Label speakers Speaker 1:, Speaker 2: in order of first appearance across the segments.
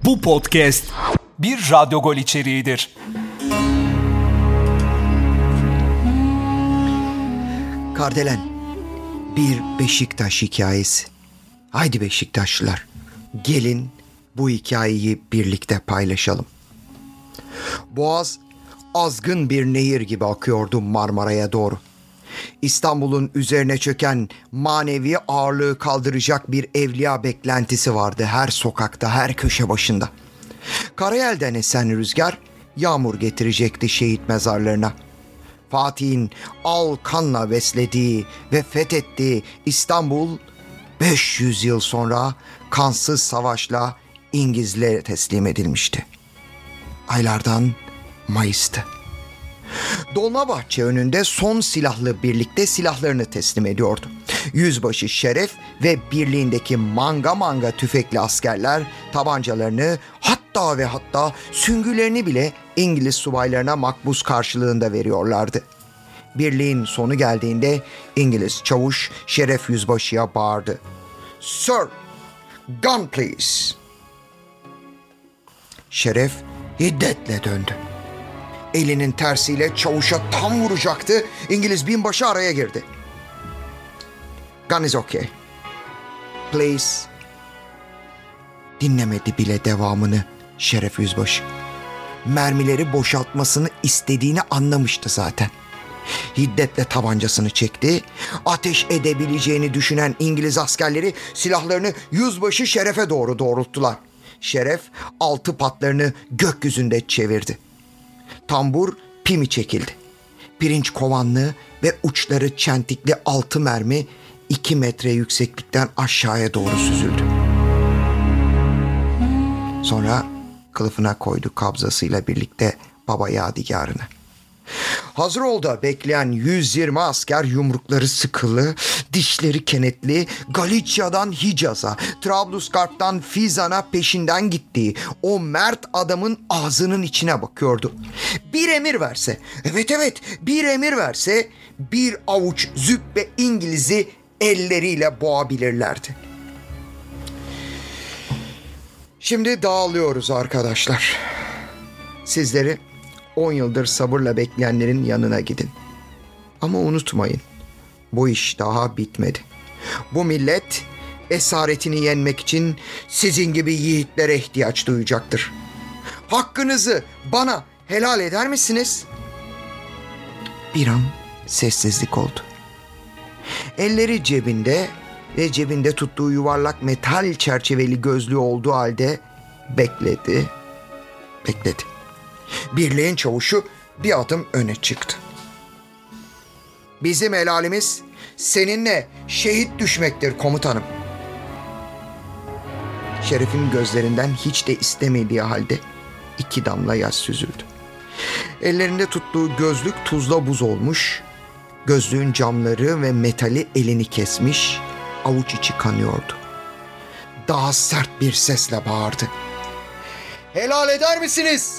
Speaker 1: Bu podcast bir Radyo Gol içeriğidir.
Speaker 2: Kardelen, bir Beşiktaş hikayesi. Haydi Beşiktaşlılar, gelin bu hikayeyi birlikte paylaşalım. Boğaz azgın bir nehir gibi akıyordu Marmara'ya doğru. İstanbul'un üzerine çöken manevi ağırlığı kaldıracak bir evliya beklentisi vardı her sokakta, her köşe başında. Karayel'den esen rüzgar yağmur getirecekti şehit mezarlarına. Fatih'in al kanla beslediği ve fethettiği İstanbul 500 yıl sonra kansız savaşla İngilizlere teslim edilmişti. Aylardan Mayıs'tı. Dolmabahçe önünde son silahlı birlikte silahlarını teslim ediyordu. Yüzbaşı Şeref ve birliğindeki manga tüfekli askerler tabancalarını hatta süngülerini bile İngiliz subaylarına makbuz karşılığında veriyorlardı. Birliğin sonu geldiğinde İngiliz çavuş Şeref Yüzbaşı'ya bağırdı. "Sir, gun please." Şeref hiddetle döndü. Elinin tersiyle çavuşa tam vuracaktı. İngiliz binbaşı araya girdi. "Gun is okay. Please." Dinlemedi bile devamını Şeref Yüzbaşı. Mermileri boşaltmasını istediğini anlamıştı zaten. Hiddetle tabancasını çekti. Ateş edebileceğini düşünen İngiliz askerleri silahlarını Yüzbaşı Şeref'e doğru doğrulttular. Şeref altı patlarını gökyüzünde çevirdi. Tambur pimi çekildi. Pirinç kovanlı ve uçları çentikli 6 mermi 2 metre yükseklikten aşağıya doğru süzüldü. Sonra kılıfına koydu kabzasıyla birlikte baba yadigarını. Hazır ol da bekleyen 120 asker yumrukları sıkılı, dişleri kenetli, Galicia'dan Hicaz'a, Trablusgarp'tan Fizan'a peşinden gittiği o mert adamın ağzının içine bakıyordu. Bir emir verse, evet bir emir verse bir avuç züppe İngiliz'i elleriyle boğabilirlerdi. Şimdi dağılıyoruz arkadaşlar. Sizleri 10 yıldır sabırla bekleyenlerin yanına gidin. Ama unutmayın, bu iş daha bitmedi. Bu millet esaretini yenmek için sizin gibi yiğitlere ihtiyaç duyacaktır. Hakkınızı bana helal eder misiniz? Bir an sessizlik oldu. Elleri cebinde ve cebinde tuttuğu yuvarlak metal çerçeveli gözlüğü olduğu halde bekledi. Birliğin çavuşu bir adım öne çıktı. "Bizim helalimiz seninle şehit düşmektir komutanım." Şeref'in gözlerinden hiç de istemediği halde 2 damla yaş süzüldü. Ellerinde tuttuğu gözlük tuzla buz olmuş, gözlüğün camları ve metali elini kesmiş, avuç içi kanıyordu. Daha sert bir sesle bağırdı. "Helal eder misiniz?"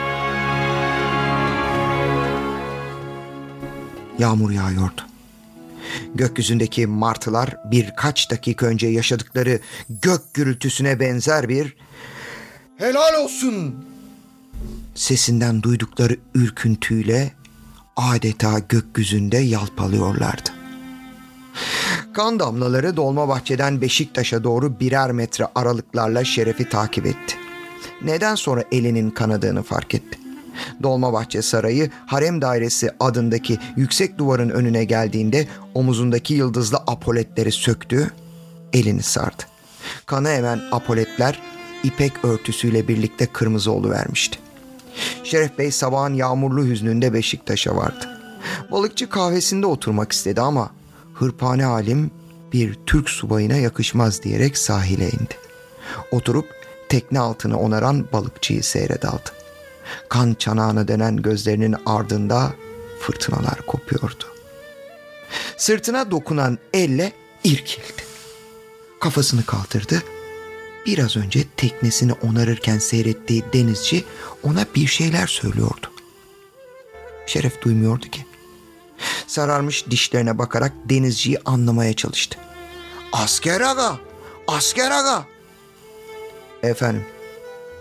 Speaker 2: Yağmur yağıyordu. Gökyüzündeki martılar birkaç dakika önce yaşadıkları gök gürültüsüne benzer bir "helal olsun" sesinden duydukları ürküntüyle adeta gökyüzünde yalpalıyorlardı. Kan damlaları Dolmabahçe'den Beşiktaş'a doğru birer metre aralıklarla Şeref'i takip etti. Neden sonra elinin kanadığını fark etti. Dolmabahçe Sarayı Harem Dairesi adındaki yüksek duvarın önüne geldiğinde omuzundaki yıldızlı apoletleri söktü, elini sardı. Kanı emen apoletler ipek örtüsüyle birlikte kırmızı oluvermişti. Şeref Bey sabahın yağmurlu hüznünde Beşiktaş'a vardı. Balıkçı kahvesinde oturmak istedi ama hırpane halim bir Türk subayına yakışmaz diyerek sahile indi. Oturup tekne altını onaran balıkçıyı seyredaldı. Kan çanağına dönen gözlerinin ardında fırtınalar kopuyordu. Sırtına dokunan elle irkildi. Kafasını kaldırdı. Biraz önce teknesini onarırken seyrettiği denizci ona bir şeyler söylüyordu. Şeref duymuyordu ki. Sararmış dişlerine bakarak denizciyi anlamaya çalıştı. "Asker aga! Asker aga!" "Efendim?"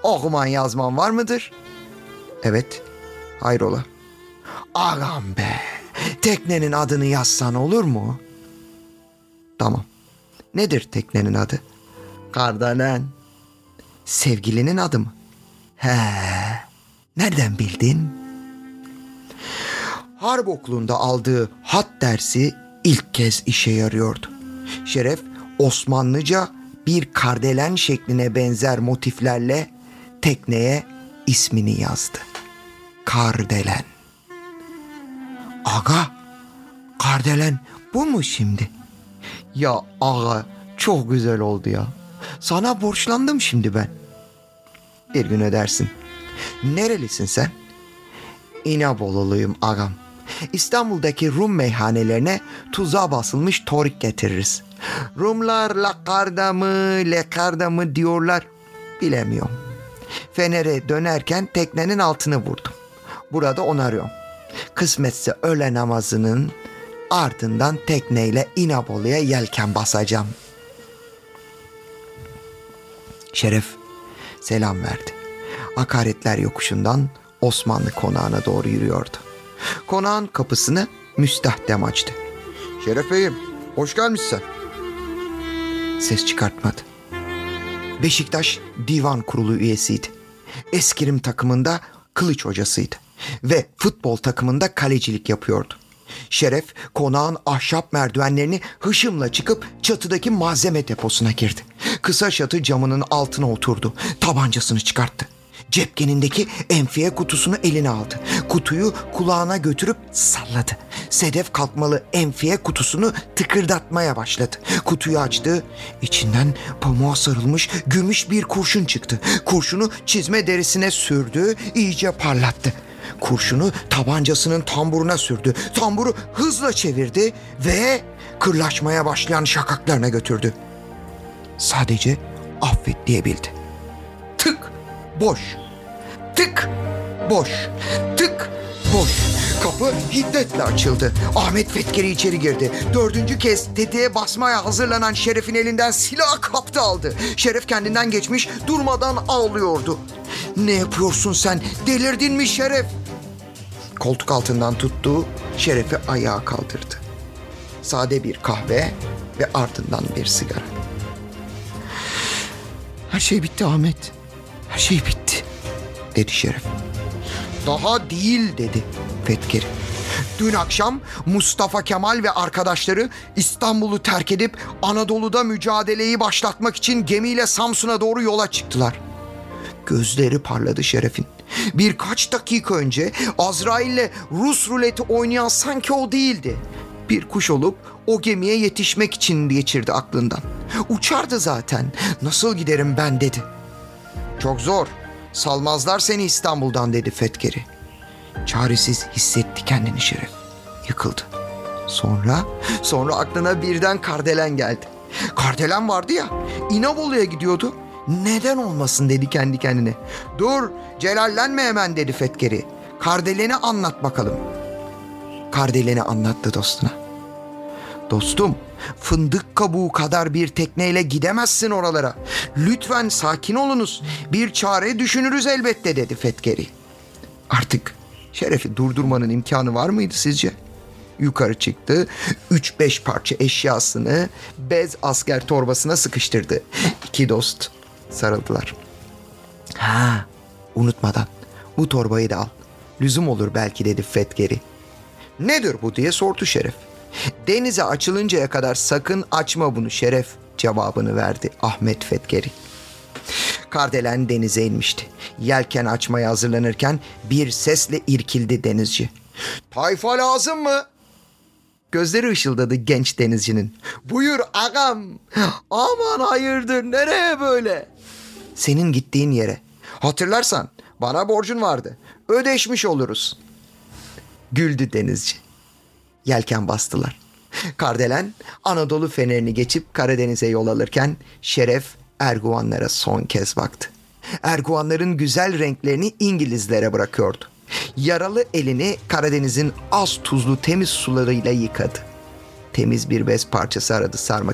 Speaker 2: Okuman yazman var mıdır? Evet. Hayrola? Ağam be. Teknenin adını yazsan olur mu? Tamam. Nedir teknenin adı? Kardelen. Sevgilinin adı mı? He. Nereden bildin? Harp okulunda aldığı hat dersi ilk kez işe yarıyordu. Şeref Osmanlıca bir kardelen şekline benzer motiflerle tekneye ismini yazdı. Kardelen. Aga, kardelen bu mu şimdi? Ya aga, çok güzel oldu ya. Sana borçlandım şimdi ben. Bir gün ödersin. Nerelisin sen? İnebolu'luyum agam. İstanbul'daki Rum meyhanelerine tuzağa basılmış torik getiririz. Rumlar lakarda mı, lekarda mı diyorlar, bilemiyorum. Fener'e dönerken teknenin altını vurdum. Burada onarıyorum. Kısmetse öğle namazının ardından tekneyle İnebolu'ya yelken basacağım. Şeref selam verdi. Akaretler yokuşundan Osmanlı konağına doğru yürüyordu. Konağın kapısını müstahdem açtı. Şeref Bey'im, hoş gelmişsin. Ses çıkartmadı. Beşiktaş Divan Kurulu üyesiydi. Eskrim takımında kılıç hocasıydı ve futbol takımında kalecilik yapıyordu. Şeref konağın ahşap merdivenlerini hışımla çıkıp çatıdaki malzeme deposuna girdi. Kısa çatı camının altına oturdu. Tabancasını çıkarttı. Cepkenindeki enfiye kutusunu eline aldı. Kutuyu kulağına götürüp salladı. Sedef kalkmalı enfiye kutusunu tıkırdatmaya başladı. Kutuyu açtı. İçinden pamuğa sarılmış gümüş bir kurşun çıktı. Kurşunu çizme derisine sürdü, iyice parlattı. Kurşunu tabancasının tamburuna sürdü. Tamburu hızla çevirdi ve kırlaşmaya başlayan şakaklarına götürdü. Sadece affet diyebildi. Tık, boş. Tık, boş. Tık, boş. Kapı hiddetle açıldı. Ahmet Fetkeri içeri girdi. 4. kez tetiğe basmaya hazırlanan Şeref'in elinden silah kaptı aldı. Şeref kendinden geçmiş, durmadan ağlıyordu. Ne yapıyorsun sen? Delirdin mi Şeref? Koltuk altından tuttu, Şeref'i ayağa kaldırdı. Sade bir kahve ve ardından bir sigara. Her şey bitti Ahmet. Her şey bitti, dedi Şeref. Daha değil, dedi Fetkeri. Dün akşam Mustafa Kemal ve arkadaşları İstanbul'u terk edip Anadolu'da mücadeleyi başlatmak için gemiyle Samsun'a doğru yola çıktılar. Gözleri parladı Şeref'in. Birkaç dakika önce Azrail'le Rus ruleti oynayan sanki o değildi. Bir kuş olup o gemiye yetişmek için geçirdi aklından. Uçardı zaten. Nasıl giderim ben, dedi. Çok zor. Salmazlar seni İstanbul'dan, dedi Fetkeri. Çaresiz hissetti kendini Şeref. Yıkıldı. Sonra aklına birden kardelen geldi. Kardelen vardı ya, İnebolu'ya gidiyordu. Neden olmasın, dedi kendi kendine. Dur, celallenme hemen, dedi Fetkeri. Kardelen'i anlat bakalım. Kardelen'i anlattı dostuna. Dostum, fındık kabuğu kadar bir tekneyle gidemezsin oralara. Lütfen sakin olunuz. Bir çare düşünürüz elbette, dedi Fetkeri. Artık Şeref'i durdurmanın imkanı var mıydı sizce? Yukarı çıktı, 3-5 parça eşyasını bez asker torbasına sıkıştırdı. İki dost sarıldılar. Ha, unutmadan bu torbayı da al. Lüzum olur belki, dedi Fetkeri. Nedir bu, diye sordu Şeref. Denize açılıncaya kadar sakın açma bunu Şeref, cevabını verdi Ahmet Fetkeri. Kardelen denize inmişti. Yelken açmaya hazırlanırken bir sesle irkildi denizci. Tayfa lazım mı? Gözleri ışıldadı genç denizcinin. Buyur ağam. Aman hayırdır, nereye böyle? Senin gittiğin yere. Hatırlarsan bana borcun vardı. Ödeşmiş oluruz. Güldü denizci. Yelken bastılar. Kardelen Anadolu fenerini geçip Karadeniz'e yol alırken Şeref Erguvanlara son kez baktı. Erguvanların güzel renklerini İngilizlere bırakıyordu. Yaralı elini Karadeniz'in az tuzlu temiz sularıyla yıkadı. Temiz bir bez parçası aradı sarmak için.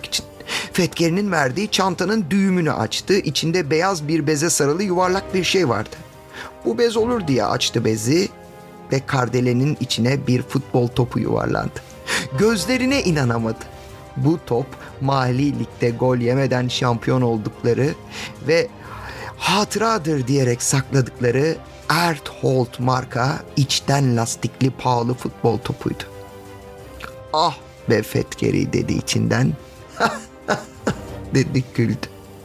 Speaker 2: Fetkeri'nin verdiği çantanın düğümünü açtı. İçinde beyaz bir beze sarılı yuvarlak bir şey vardı. Bu bez olur diye açtı bezi ve kardelenin içine bir futbol topu yuvarlandı. Gözlerine inanamadı. Bu top mahalli ligde gol yemeden şampiyon oldukları ve hatıradır diyerek sakladıkları Erthold marka içten lastikli pahalı futbol topuydu. Ah be Fetkeri dedi içinden. Dedi güldü.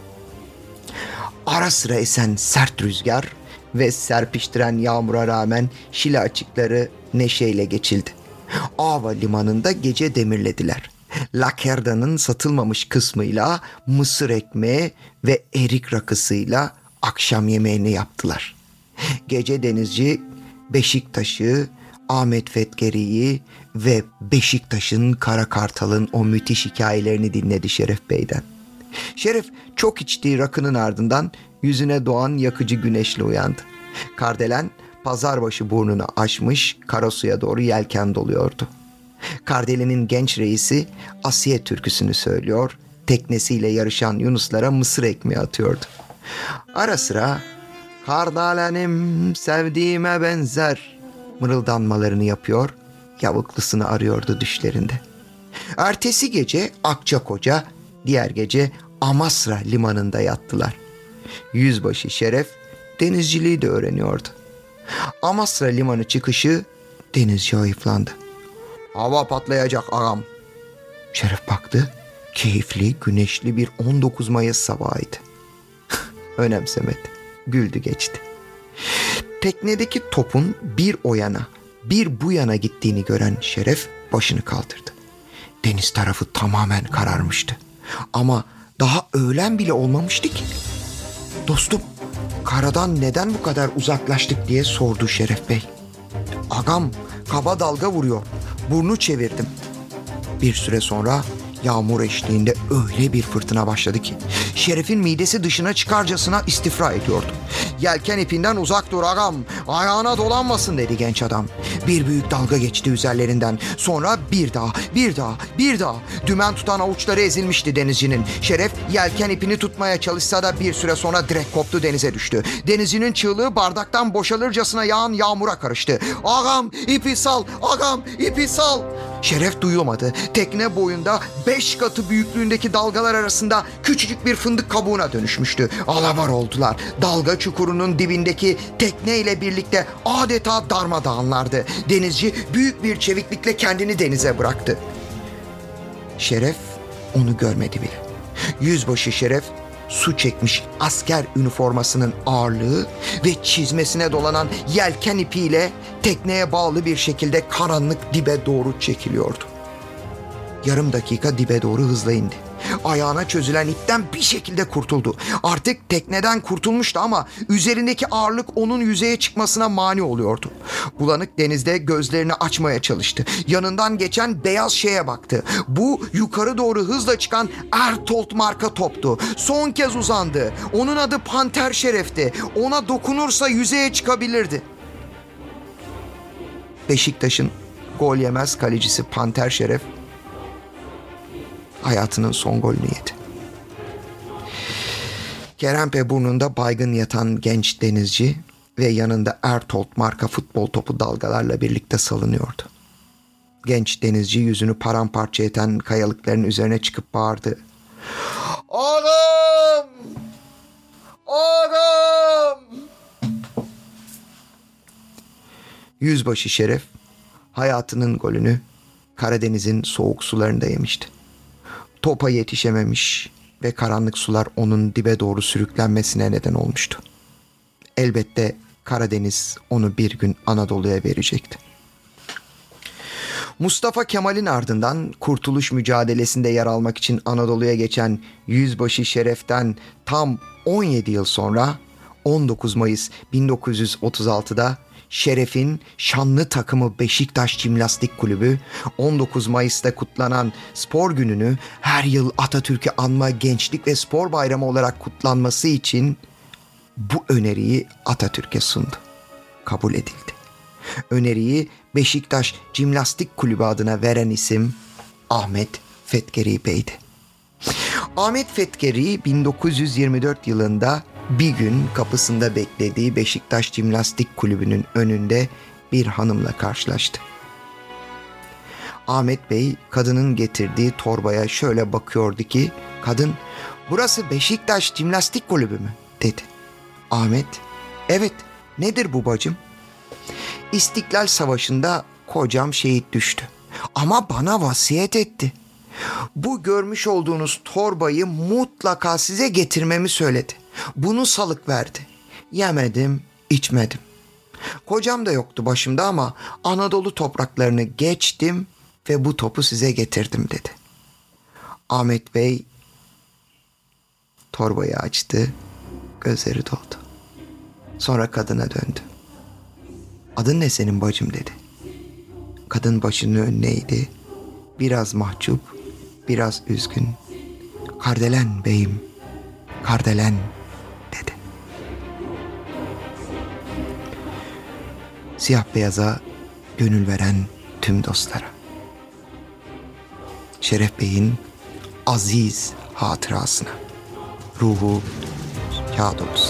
Speaker 2: Ara sıra esen sert rüzgar ve serpiştiren yağmura rağmen Şile açıkları neşeyle geçildi. Ava limanında gece demirlediler. Lakerda'nın satılmamış kısmıyla mısır ekmeği ve erik rakısıyla akşam yemeğini yaptılar. Gece denizci Beşiktaş'ı, Ahmet Fetkeri'yi ve Beşiktaş'ın Kara Kartal'ın o müthiş hikayelerini dinledi Şeref Bey'den. Şeref çok içtiği rakının ardından yüzüne doğan yakıcı güneşle uyandı. Kardelen Pazarbaşı burnunu aşmış Karasu'ya doğru yelken doluyordu. Kardelen'in genç reisi Asiye türküsünü söylüyor, teknesiyle yarışan yunuslara mısır ekmeği atıyordu. Ara sıra "Kardelenim sevdiğime benzer" mırıldanmalarını yapıyor, yavuklısını arıyordu düşlerinde. Ertesi gece Akçakoca, diğer gece Amasra limanında yattılar. Yüzbaşı Şeref denizciliği de öğreniyordu. Amasra limanı çıkışı denizci hayıflandı. "Hava patlayacak ağam." Şeref baktı. Keyifli, güneşli bir 19 Mayıs sabahıydı. Önemsemedi. Güldü geçti. Teknedeki topun bir o yana, bir bu yana gittiğini gören Şeref başını kaldırdı. Deniz tarafı tamamen kararmıştı. Ama daha öğlen bile olmamıştı ki. "Dostum, karadan neden bu kadar uzaklaştık?" diye sordu Şeref Bey. "Agam, kaba dalga vuruyor. Burnu çevirdim." Bir süre sonra yağmur eşliğinde öyle bir fırtına başladı ki Şeref'in midesi dışına çıkarcasına istifra ediyordu. "Yelken ipinden uzak dur agam, ayağına dolanmasın" dedi genç adam. Bir büyük dalga geçti üzerlerinden. Sonra bir daha. Dümen tutan avuçları ezilmişti denizcinin. Şeref yelken ipini tutmaya çalışsa da bir süre sonra direkt koptu, denize düştü. Denizcinin çığlığı bardaktan boşalırcasına yağan yağmura karıştı. "Agam ipi sal, agam ipi sal." Şeref duyulmadı. Tekne boyunda 5 katı büyüklüğündeki dalgalar arasında küçücük bir fındık kabuğuna dönüşmüştü. Alavar oldular. Dalga çukurunun dibindeki tekne ile birlikte adeta darmadağınlardı. Denizci büyük bir çeviklikle kendini denize bıraktı. Şeref onu görmedi bile. Yüzbaşı Şeref su çekmiş asker üniformasının ağırlığı ve çizmesine dolanan yelken ipiyle tekneye bağlı bir şekilde karanlık dibe doğru çekiliyordu. Yarım dakika dibe doğru hızla indi. Ayağına çözülen ipten bir şekilde kurtuldu. Artık tekneden kurtulmuştu ama üzerindeki ağırlık onun yüzeye çıkmasına mani oluyordu. Bulanık denizde gözlerini açmaya çalıştı. Yanından geçen beyaz şeye baktı. Bu yukarı doğru hızla çıkan Erthold marka toptu. Son kez uzandı. Onun adı Panter Şeref'ti. Ona dokunursa yüzeye çıkabilirdi. Beşiktaş'ın gol yemez kalecisi Panter Şeref hayatının son golünü yedi. Kerempeburnu'nda baygın yatan genç denizci ve yanında Erthold marka futbol topu dalgalarla birlikte salınıyordu. Genç denizci yüzünü paramparça eden kayalıkların üzerine çıkıp bağırdı. "Ağam! Ağam!" Yüzbaşı Şeref hayatının golünü Karadeniz'in soğuk sularında yemişti. Topa yetişememiş ve karanlık sular onun dibe doğru sürüklenmesine neden olmuştu. Elbette Karadeniz onu bir gün Anadolu'ya verecekti. Mustafa Kemal'in ardından kurtuluş mücadelesinde yer almak için Anadolu'ya geçen Yüzbaşı Şeref'ten tam 17 yıl sonra 19 Mayıs 1936'da Şeref'in şanlı takımı Beşiktaş Cimnastik Kulübü 19 Mayıs'ta kutlanan spor gününü her yıl Atatürk'ü anma Gençlik ve Spor Bayramı olarak kutlanması için bu öneriyi Atatürk'e sundu. Kabul edildi. Öneriyi Beşiktaş Cimnastik Kulübü adına veren isim Ahmet Fetkeri Bey'di. Ahmet Fetkeri 1924 yılında bir gün kapısında beklediği Beşiktaş Jimnastik Kulübü'nün önünde bir hanımla karşılaştı. Ahmet Bey kadının getirdiği torbaya şöyle bakıyordu ki kadın "Burası Beşiktaş Jimnastik Kulübü mü?" dedi. Ahmet "Evet, nedir bu bacım?" "İstiklal Savaşı'nda kocam şehit düştü. Ama bana vasiyet etti. Bu görmüş olduğunuz torbayı mutlaka size getirmemi söyledi. Bunu salık verdi. Yemedim, içmedim. Kocam da yoktu başımda ama Anadolu topraklarını geçtim ve bu topu size getirdim," dedi. Ahmet Bey torbayı açtı, gözleri doldu. Sonra kadına döndü. "Adın ne senin bacım?" dedi. Kadın başını önüne eğdi. Biraz mahcup, biraz üzgün. "Kardelen beyim, Kardelen," dedi. Siyah beyaza gönül veren tüm dostlara. Şeref Bey'in aziz hatırasına. Ruhu şad olsun.